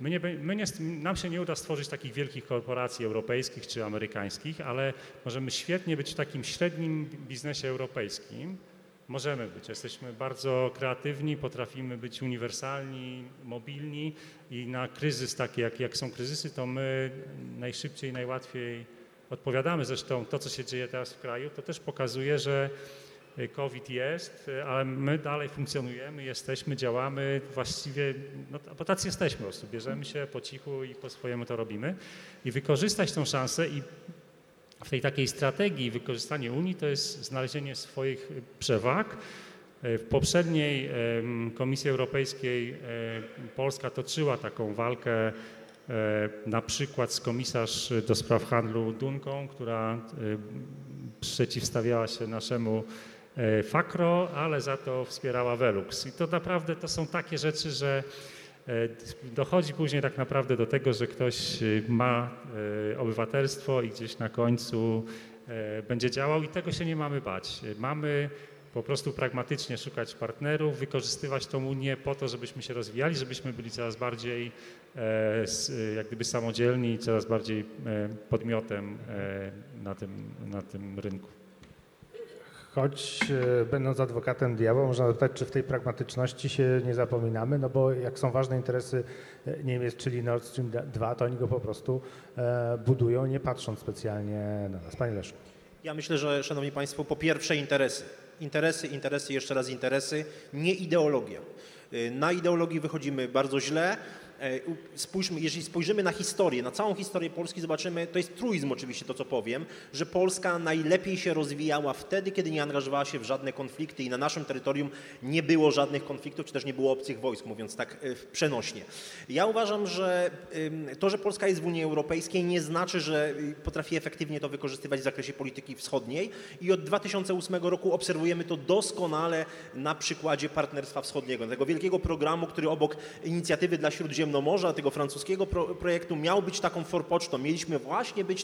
Nam się nie uda stworzyć takich wielkich korporacji europejskich czy amerykańskich, ale możemy świetnie być w takim średnim biznesie europejskim. Możemy być, jesteśmy bardzo kreatywni, potrafimy być uniwersalni, mobilni i na kryzys taki, jak są kryzysy, to my najszybciej, najłatwiej odpowiadamy. Zresztą to, co się dzieje teraz w kraju, to też pokazuje, że COVID jest, ale my dalej funkcjonujemy, działamy właściwie, bo tacy jesteśmy po prostu, bierzemy się po cichu i po swojemu to robimy i wykorzystać tą szansę i w tej takiej strategii wykorzystanie Unii to jest znalezienie swoich przewag. W poprzedniej Komisji Europejskiej Polska toczyła taką walkę na przykład z komisarz do spraw handlu Dunką, która przeciwstawiała się naszemu FACRO, ale za to wspierała Velux. I to naprawdę to są takie rzeczy, że dochodzi później tak naprawdę do tego, że ktoś ma obywatelstwo i gdzieś na końcu będzie działał i tego się nie mamy bać. Mamy po prostu pragmatycznie szukać partnerów, wykorzystywać tą Unię po to, żebyśmy się rozwijali, żebyśmy byli coraz bardziej jak gdyby samodzielni i coraz bardziej podmiotem na tym rynku. Choć będąc adwokatem diabła, można zapytać, czy w tej pragmatyczności się nie zapominamy, no bo jak są ważne interesy Niemiec, czyli Nord Stream 2, to oni go po prostu budują, nie patrząc specjalnie na nas. Panie Leszku. Ja myślę, że, szanowni państwo, po pierwsze interesy. Interesy, jeszcze raz interesy, nie ideologia. Na ideologii wychodzimy bardzo źle. Spójrzmy, jeżeli spojrzymy na historię, na całą historię Polski, zobaczymy, to jest truizm oczywiście to, co powiem, że Polska najlepiej się rozwijała wtedy, kiedy nie angażowała się w żadne konflikty i na naszym terytorium nie było żadnych konfliktów, czy też nie było obcych wojsk, mówiąc tak przenośnie. Ja uważam, że to, że Polska jest w Unii Europejskiej, nie znaczy, że potrafi efektywnie to wykorzystywać w zakresie polityki wschodniej i od 2008 roku obserwujemy to doskonale na przykładzie Partnerstwa Wschodniego, tego wielkiego programu, który obok inicjatywy dla Śródziemnomorza, tego francuskiego projektu miał być taką forpocztą. Mieliśmy właśnie być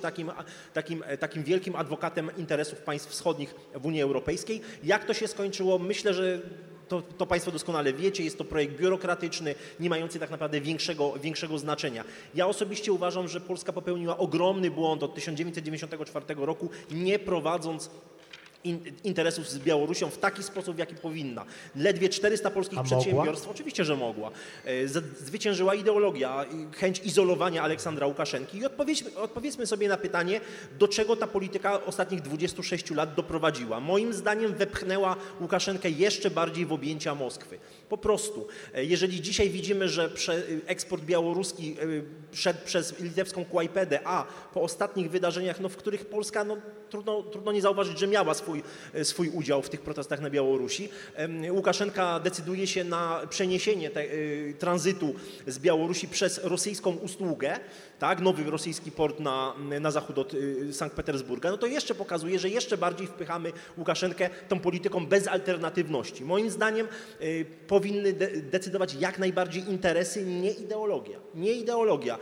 takim wielkim adwokatem interesów państw wschodnich w Unii Europejskiej. Jak to się skończyło? Myślę, że to Państwo doskonale wiecie, jest to projekt biurokratyczny, nie mający tak naprawdę większego znaczenia. Ja osobiście uważam, że Polska popełniła ogromny błąd od 1994 roku, nie prowadząc interesów z Białorusią w taki sposób, w jaki powinna. Ledwie 400 polskich przedsiębiorstw, oczywiście, że mogła. Zwyciężyła ideologia, chęć izolowania Aleksandra Łukaszenki i odpowiedzmy sobie na pytanie, do czego ta polityka ostatnich 26 lat doprowadziła. Moim zdaniem wepchnęła Łukaszenkę jeszcze bardziej w objęcia Moskwy. Po prostu, jeżeli dzisiaj widzimy, że eksport białoruski szedł przez litewską Kłajpedę, a po ostatnich wydarzeniach, w których Polska, trudno nie zauważyć, że miała swój udział w tych protestach na Białorusi, Łukaszenka decyduje się na przeniesienie tranzytu z Białorusi przez rosyjską Ustługę, tak, nowy rosyjski port na zachód od Sankt Petersburga, to jeszcze pokazuje, że jeszcze bardziej wpychamy Łukaszenkę tą polityką bezalternatywności. Moim zdaniem powinny decydować jak najbardziej interesy, nie ideologia. Nie ideologia,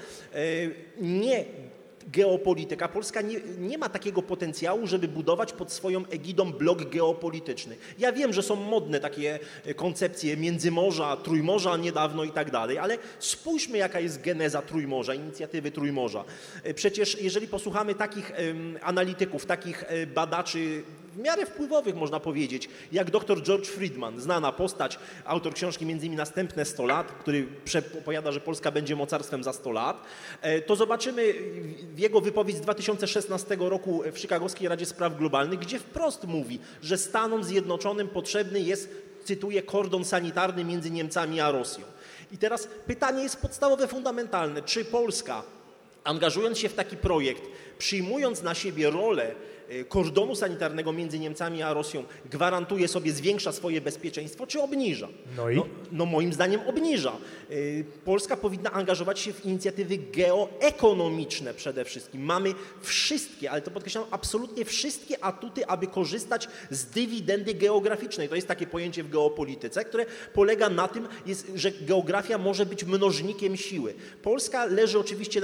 nie geopolityka. Polska nie ma takiego potencjału, żeby budować pod swoją egidą blok geopolityczny. Ja wiem, że są modne takie koncepcje Międzymorza, Trójmorza niedawno i tak dalej, ale spójrzmy, jaka jest geneza Trójmorza, inicjatywy Trójmorza. Przecież jeżeli posłuchamy takich analityków, takich badaczy, w miarę wpływowych można powiedzieć, jak dr George Friedman, znana postać, autor książki m.in. Następne 100 lat, który opowiada, że Polska będzie mocarstwem za 100 lat, to zobaczymy w jego wypowiedź z 2016 roku w Chicagowskiej Radzie Spraw Globalnych, gdzie wprost mówi, że Stanom Zjednoczonym potrzebny jest, cytuję, kordon sanitarny między Niemcami a Rosją. I teraz pytanie jest podstawowe, fundamentalne. Czy Polska, angażując się w taki projekt, przyjmując na siebie rolę kordonu sanitarnego między Niemcami a Rosją, gwarantuje sobie, zwiększa swoje bezpieczeństwo, czy obniża? No moim zdaniem obniża. Polska powinna angażować się w inicjatywy geoekonomiczne przede wszystkim. Mamy wszystkie, ale to podkreślam, absolutnie wszystkie atuty, aby korzystać z dywidendy geograficznej. To jest takie pojęcie w geopolityce, które polega na tym, że geografia może być mnożnikiem siły. Polska leży oczywiście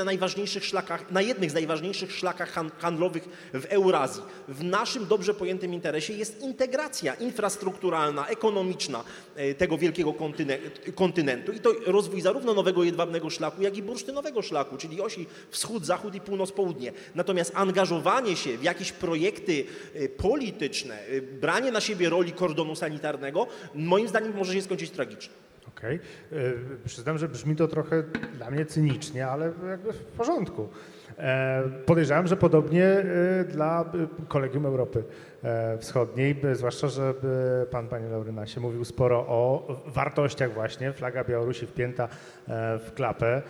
na jednych z najważniejszych szlakach handlowych w Eurazji. W naszym dobrze pojętym interesie jest integracja infrastrukturalna, ekonomiczna tego wielkiego kontynentu i to rozwój zarówno nowego jedwabnego szlaku, jak i bursztynowego szlaku, czyli osi wschód-zachód i północ-południe. Natomiast angażowanie się w jakieś projekty polityczne, branie na siebie roli kordonu sanitarnego, moim zdaniem może się skończyć tragicznie. Okej. Przyznam, że brzmi to trochę dla mnie cynicznie, ale jakby w porządku. Podejrzewam, że podobnie dla Kolegium Europy Wschodniej, zwłaszcza, że pan, panie Laurynasie, mówił sporo o wartościach właśnie, flaga Białorusi wpięta w klapę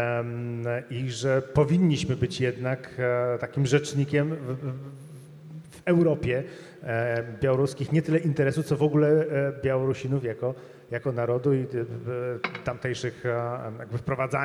i że powinniśmy być jednak takim rzecznikiem w Europie białoruskich nie tyle interesów, co w ogóle Białorusinów jako narodu i tamtejszych jakby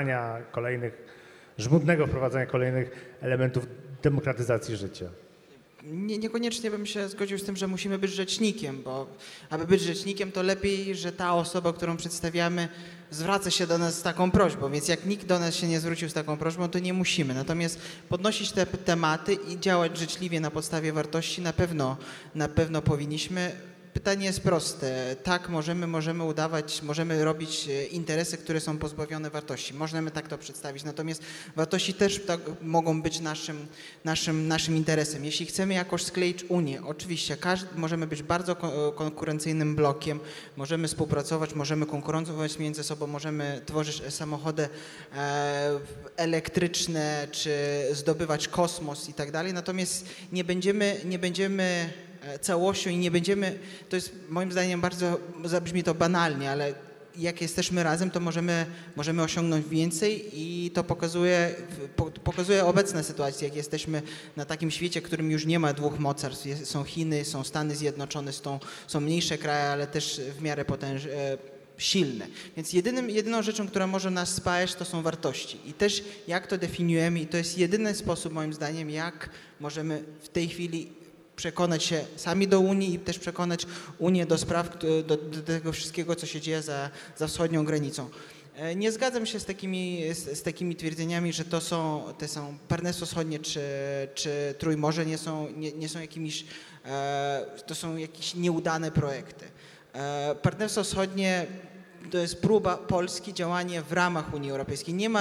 żmudnego wprowadzania kolejnych elementów demokratyzacji życia. Niekoniecznie bym się zgodził z tym, że musimy być rzecznikiem, bo aby być rzecznikiem, to lepiej, że ta osoba, którą przedstawiamy, zwraca się do nas z taką prośbą, więc jak nikt do nas się nie zwrócił z taką prośbą, to nie musimy. Natomiast podnosić te tematy i działać życzliwie na podstawie wartości na pewno powinniśmy. Pytanie jest proste. Tak, możemy udawać, możemy robić interesy, które są pozbawione wartości. Możemy tak to przedstawić. Natomiast wartości też tak mogą być naszym interesem. Jeśli chcemy jakoś skleić Unię, oczywiście możemy być bardzo konkurencyjnym blokiem, możemy współpracować, możemy konkurować między sobą, możemy tworzyć samochody elektryczne, czy zdobywać kosmos i tak dalej. Natomiast nie będziemy całością i nie będziemy, to jest moim zdaniem bardzo, zabrzmi to banalnie, ale jak jesteśmy razem, to możemy osiągnąć więcej i to pokazuje obecna sytuacja, jak jesteśmy na takim świecie, w którym już nie ma dwóch mocarstw. Są Chiny, są Stany Zjednoczone, są mniejsze kraje, ale też w miarę silne. Więc jedyną rzeczą, która może nas spajać, to są wartości. I też jak to definiujemy, i to jest jedyny sposób, moim zdaniem, jak możemy w tej chwili przekonać się sami do Unii i też przekonać Unię do spraw, do tego wszystkiego, co się dzieje za wschodnią granicą. Nie zgadzam się z takimi twierdzeniami, że to są Partnerstwo Wschodnie czy Trójmorze nie są jakimiś, to są jakieś nieudane projekty. Partnerstwo Wschodnie to jest próba Polski działania w ramach Unii Europejskiej. Nie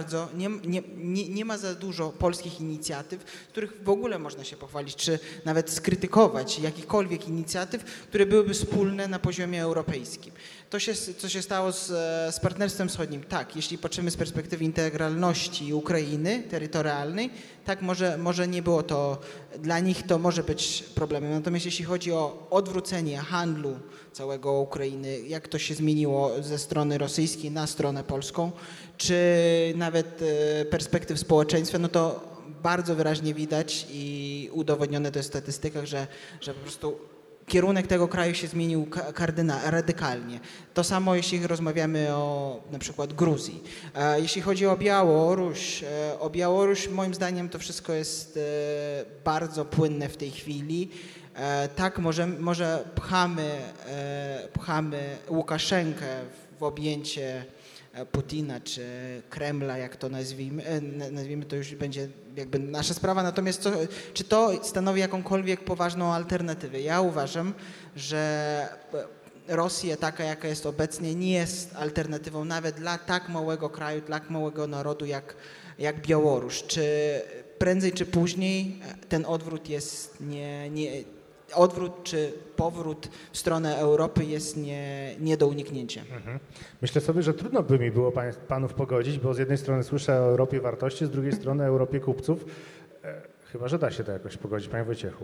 ma za dużo polskich inicjatyw, których w ogóle można się pochwalić, czy nawet skrytykować jakichkolwiek inicjatyw, które byłyby wspólne na poziomie europejskim. To, co się stało z Partnerstwem Wschodnim, tak, jeśli patrzymy z perspektywy integralności Ukrainy terytorialnej, tak może nie było to, dla nich to może być problemem. Natomiast jeśli chodzi o odwrócenie handlu całego Ukrainy, jak to się zmieniło ze strony rosyjskiej na stronę polską, czy nawet perspektyw społeczeństwa, no to bardzo wyraźnie widać i udowodnione to jest w statystykach, że po prostu kierunek tego kraju się zmienił radykalnie. To samo jeśli rozmawiamy o na przykład Gruzji. Jeśli chodzi o Białoruś moim zdaniem to wszystko jest bardzo płynne w tej chwili. Tak, może pchamy Łukaszenkę w objęcie Putina czy Kremla, jak to nazwijmy, to już będzie jakby nasza sprawa. Natomiast czy to stanowi jakąkolwiek poważną alternatywę? Ja uważam, że Rosja taka, jaka jest obecnie, nie jest alternatywą nawet dla tak małego kraju, tak małego narodu jak Białoruś. Czy prędzej czy później ten odwrót jest odwrót czy powrót w stronę Europy jest nie do uniknięcia. Myślę sobie, że trudno by mi było panów pogodzić, bo z jednej strony słyszę o Europie wartości, z drugiej strony o Europie kupców. Chyba że da się to jakoś pogodzić. Panie Wojciechu.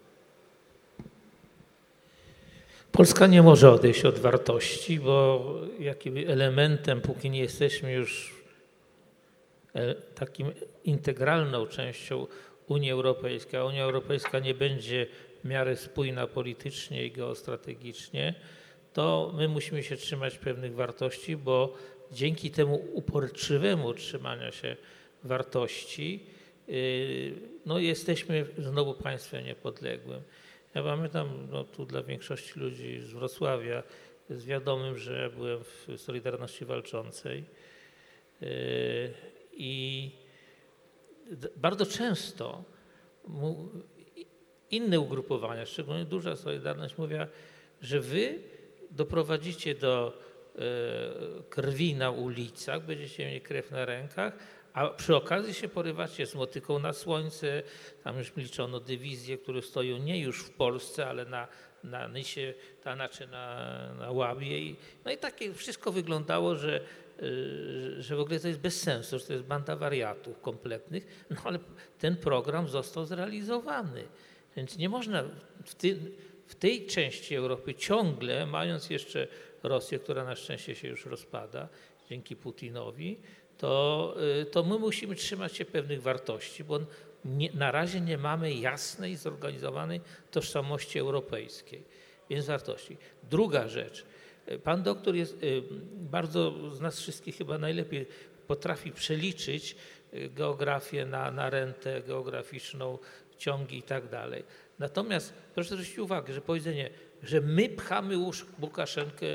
Polska nie może odejść od wartości, bo jakim elementem, póki nie jesteśmy już takim integralną częścią Unii Europejskiej, a Unia Europejska nie będzie w miarę spójna politycznie i geostrategicznie, to my musimy się trzymać pewnych wartości, bo dzięki temu uporczywemu trzymania się wartości jesteśmy znowu państwem niepodległym. Ja pamiętam, tu dla większości ludzi z Wrocławia jest wiadomym, że ja byłem w Solidarności Walczącej i bardzo często inne ugrupowania, szczególnie duża Solidarność, mówiła, że wy doprowadzicie do krwi na ulicach, będziecie mieli krew na rękach, a przy okazji się porywacie z motyką na słońce. Tam już liczono dywizje, które stoją nie już w Polsce, ale na Nysie, czy na Łabie. I takie wszystko wyglądało, że w ogóle to jest bez sensu, że to jest banda wariatów kompletnych, ale ten program został zrealizowany. Więc nie można w tej części Europy ciągle, mając jeszcze Rosję, która na szczęście się już rozpada dzięki Putinowi, to my musimy trzymać się pewnych wartości, bo na razie nie mamy jasnej, zorganizowanej tożsamości europejskiej. Więc wartości. Druga rzecz. Pan doktor jest bardzo z nas wszystkich chyba najlepiej potrafi przeliczyć geografię na rentę geograficzną, ciągi i tak dalej. Natomiast proszę zwrócić uwagę, że powiedzenie, że my pchamy Łukaszenkę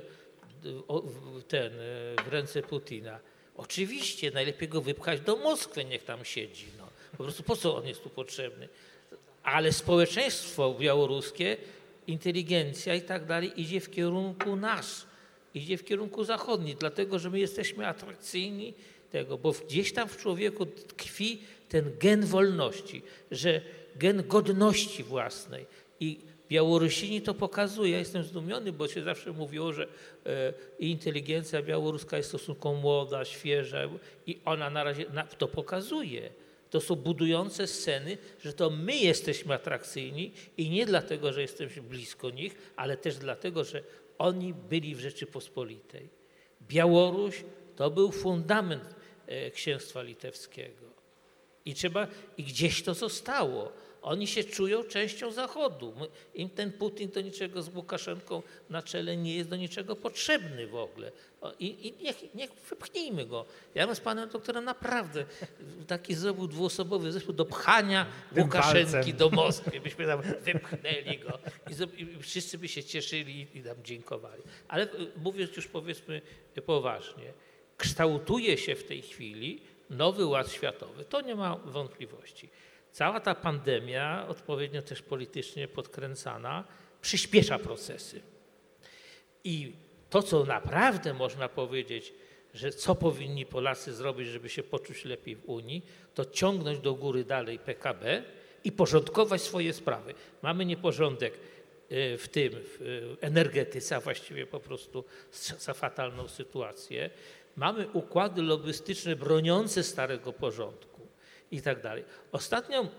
w ręce Putina. Oczywiście najlepiej go wypchać do Moskwy, niech tam siedzi. Po prostu po co on jest tu potrzebny? Ale społeczeństwo białoruskie, inteligencja i tak dalej idzie w kierunku nas, idzie w kierunku zachodni, dlatego że my jesteśmy atrakcyjni bo gdzieś tam w człowieku tkwi ten gen wolności, że gen godności własnej. I Białorusini to pokazuje. Ja jestem zdumiony, bo się zawsze mówiło, że inteligencja białoruska jest stosunkowo młoda, świeża i ona na razie to pokazuje. To są budujące sceny, że to my jesteśmy atrakcyjni i nie dlatego, że jesteśmy blisko nich, ale też dlatego, że oni byli w Rzeczypospolitej. Białoruś to był fundament księstwa litewskiego. I gdzieś to zostało. Oni się czują częścią Zachodu. Im ten Putin do niczego z Łukaszenką na czele nie jest do niczego potrzebny w ogóle. I niech wypchnijmy go. Ja bym z panem doktorem naprawdę taki zrobił dwuosobowy zespół do pchania Tym Łukaszenki palcem. do Moskwy. Byśmy tam wypchnęli go i wszyscy by się cieszyli i nam dziękowali. Ale mówiąc już powiedzmy poważnie, kształtuje się w tej chwili nowy ład światowy. To nie ma wątpliwości. Cała ta pandemia, odpowiednio też politycznie podkręcana, przyspiesza procesy. I to, co naprawdę można powiedzieć, że co powinni Polacy zrobić, żeby się poczuć lepiej w Unii, to ciągnąć do góry dalej PKB i porządkować swoje sprawy. Mamy nieporządek w energetyce, a właściwie po prostu za fatalną sytuację. Mamy układy lobbystyczne broniące starego porządku i tak dalej. Ostatnio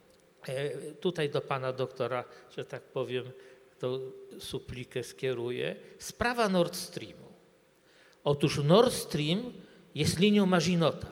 tutaj do pana doktora, że tak powiem, to suplikę skieruję, sprawa Nord Streamu. Otóż Nord Stream jest linią Maginota.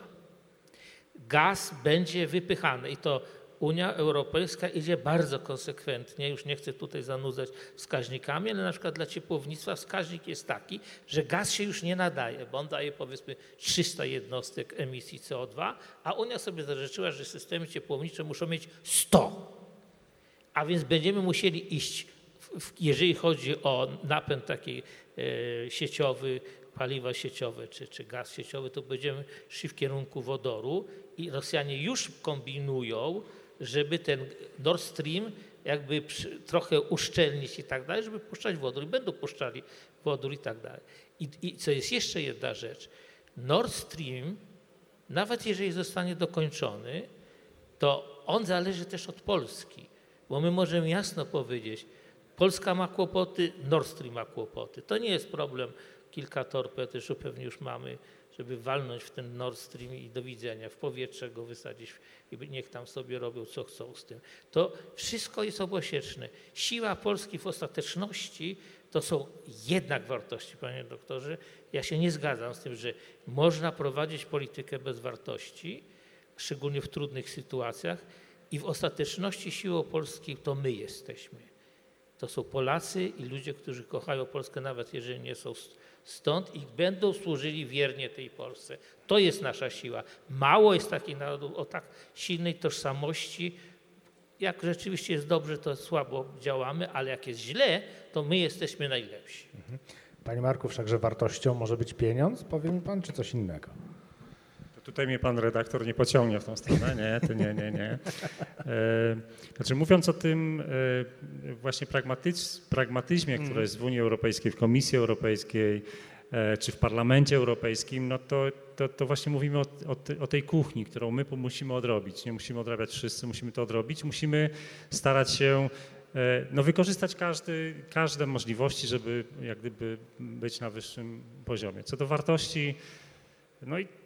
Gaz będzie wypychany i to Unia Europejska idzie bardzo konsekwentnie, już nie chcę tutaj zanudzać wskaźnikami, ale na przykład dla ciepłownictwa wskaźnik jest taki, że gaz się już nie nadaje, bo on daje powiedzmy 300 jednostek emisji CO2, a Unia sobie zażyczyła, że systemy ciepłownicze muszą mieć 100. A więc będziemy musieli iść, jeżeli chodzi o napęd taki sieciowy, paliwa sieciowe czy gaz sieciowy, to będziemy szli w kierunku wodoru i Rosjanie już kombinują, żeby ten Nord Stream jakby trochę uszczelnić i tak dalej, żeby puszczać wodór i będą puszczali wodór i tak dalej. I co jest jeszcze jedna rzecz, Nord Stream, nawet jeżeli zostanie dokończony, to on zależy też od Polski, bo my możemy jasno powiedzieć, Polska ma kłopoty, Nord Stream ma kłopoty. To nie jest problem, kilka torped też pewnie już mamy, żeby walnąć w ten Nord Stream i do widzenia, w powietrze go wysadzić i niech tam sobie robią co chcą z tym. To wszystko jest obosieczne. Siła Polski w ostateczności to są jednak wartości, panie doktorze. Ja się nie zgadzam z tym, że można prowadzić politykę bez wartości, szczególnie w trudnych sytuacjach i w ostateczności siłą Polski to my jesteśmy. To są Polacy i ludzie, którzy kochają Polskę, nawet jeżeli nie są stąd i będą służyli wiernie tej Polsce. To jest nasza siła. Mało jest takich narodów o tak silnej tożsamości. Jak rzeczywiście jest dobrze, to słabo działamy, ale jak jest źle, to my jesteśmy najlepsi. Panie Marku, wszakże wartością może być pieniądz, powie mi pan, czy coś innego? Tutaj mnie pan redaktor nie pociągnie w tą stronę, nie, to nie. Znaczy mówiąc o tym właśnie pragmatyzmie, który jest w Unii Europejskiej, w Komisji Europejskiej czy w Parlamencie Europejskim, no to właśnie mówimy o tej kuchni, którą my musimy odrobić. Nie musimy odrabiać wszyscy, musimy to odrobić. Musimy starać się wykorzystać każde możliwości, żeby jak gdyby być na wyższym poziomie. Co do wartości, no i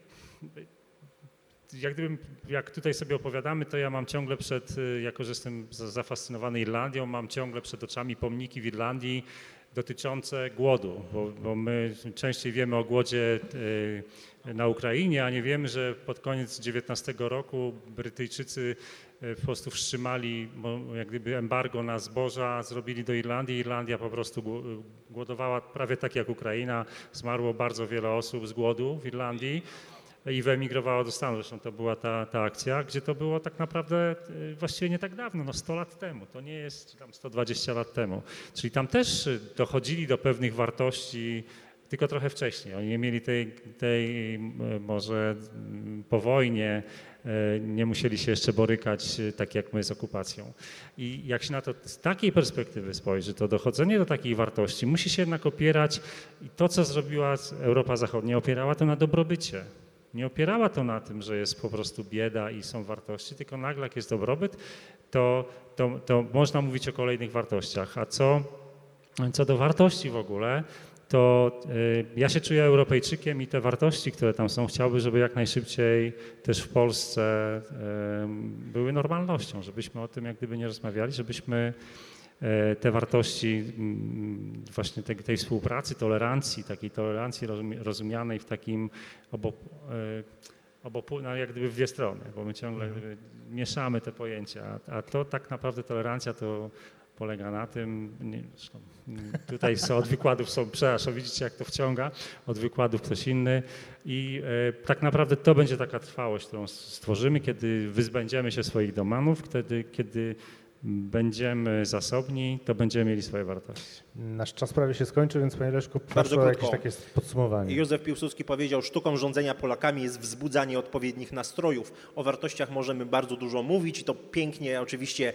jak tutaj sobie opowiadamy, to ja mam ciągle jako że jestem zafascynowany Irlandią, mam ciągle przed oczami pomniki w Irlandii dotyczące głodu, bo my częściej wiemy o głodzie na Ukrainie, a nie wiemy, że pod koniec XIX roku Brytyjczycy po prostu wstrzymali jak gdyby embargo na zboża, zrobili do Irlandii. Irlandia po prostu głodowała prawie tak jak Ukraina. Zmarło bardzo wiele osób z głodu w Irlandii i wyemigrowało do Stanów. Zresztą to była ta akcja, gdzie to było tak naprawdę właściwie nie tak dawno, 100 lat temu. To nie jest tam 120 lat temu. Czyli tam też dochodzili do pewnych wartości, tylko trochę wcześniej. Oni nie mieli tej może po wojnie, nie musieli się jeszcze borykać tak jak my z okupacją. I jak się na to z takiej perspektywy spojrzy, to dochodzenie do takich wartości musi się jednak opierać i to, co zrobiła Europa Zachodnia, opierała to na dobrobycie. Nie opierała to na tym, że jest po prostu bieda i są wartości, tylko nagle jak jest dobrobyt, to można mówić o kolejnych wartościach. A co do wartości w ogóle, to ja się czuję Europejczykiem i te wartości, które tam są, chciałbym, żeby jak najszybciej też w Polsce były normalnością, żebyśmy o tym jak gdyby nie rozmawiali, żebyśmy te wartości właśnie tej współpracy, tolerancji, takiej tolerancji rozumianej w takim no jak gdyby w dwie strony, bo my ciągle mieszamy te pojęcia, a to tak naprawdę tolerancja to polega na tym, zresztą tutaj od wykładów przepraszam, widzicie jak to wciąga, od wykładów ktoś inny i tak naprawdę to będzie taka trwałość, którą stworzymy, kiedy wyzbędziemy się swoich domanów, kiedy będziemy zasobni, to będziemy mieli swoje wartości. Nasz czas prawie się skończył, więc panie Leszku, Bardzo proszę o jakieś krótko. takie podsumowanie. Józef Piłsudski powiedział, sztuką rządzenia Polakami jest wzbudzanie odpowiednich nastrojów. O wartościach możemy bardzo dużo mówić i to pięknie oczywiście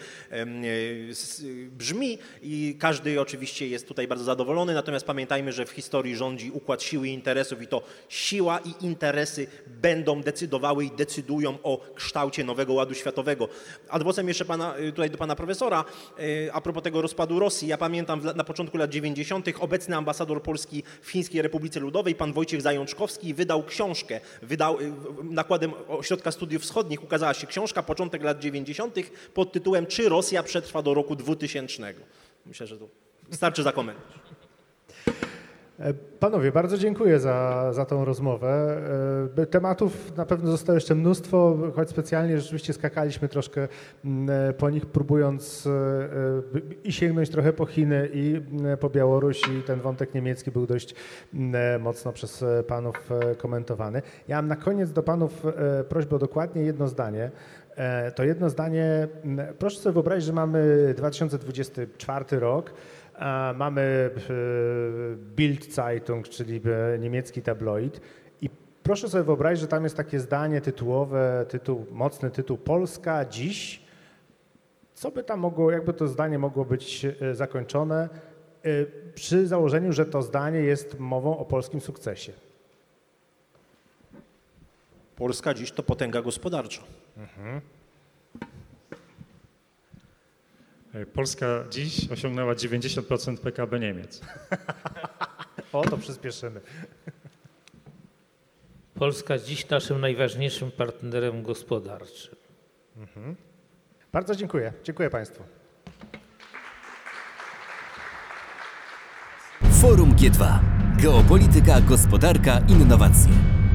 brzmi i każdy oczywiście jest tutaj bardzo zadowolony, natomiast pamiętajmy, że w historii rządzi układ siły i interesów i to siła i interesy będą decydowały i decydują o kształcie nowego ładu światowego. Ad vocem jeszcze tutaj do pana profesora, a propos tego rozpadu Rosji, ja pamiętam na początku lat 90. obecny ambasador Polski w Chińskiej Republice Ludowej, pan Wojciech Zajączkowski, wydał książkę. Nakładem Ośrodka Studiów Wschodnich ukazała się książka, początek lat 90. pod tytułem Czy Rosja przetrwa do roku 2000? Myślę, że to starczy za komentarz. Panowie, bardzo dziękuję za tą rozmowę. Tematów na pewno zostało jeszcze mnóstwo, choć specjalnie rzeczywiście skakaliśmy troszkę po nich, próbując i sięgnąć trochę po Chiny i po Białoruś i ten wątek niemiecki był dość mocno przez panów komentowany. Ja mam na koniec do panów prośbę o dokładnie jedno zdanie. To jedno zdanie, proszę sobie wyobrazić, że mamy 2024 rok, mamy Bild Zeitung, czyli niemiecki tabloid i proszę sobie wyobrazić, że tam jest takie zdanie tytułowe, mocny tytuł Polska dziś. Co by tam mogło, jakby to zdanie mogło być zakończone przy założeniu, że to zdanie jest mową o polskim sukcesie? Polska dziś to potęga gospodarcza. Polska dziś osiągnęła 90% PKB Niemiec. O, to przyspieszymy. Polska dziś naszym najważniejszym partnerem gospodarczym. Bardzo dziękuję. Dziękuję państwu. Forum G2. Geopolityka, gospodarka, innowacje.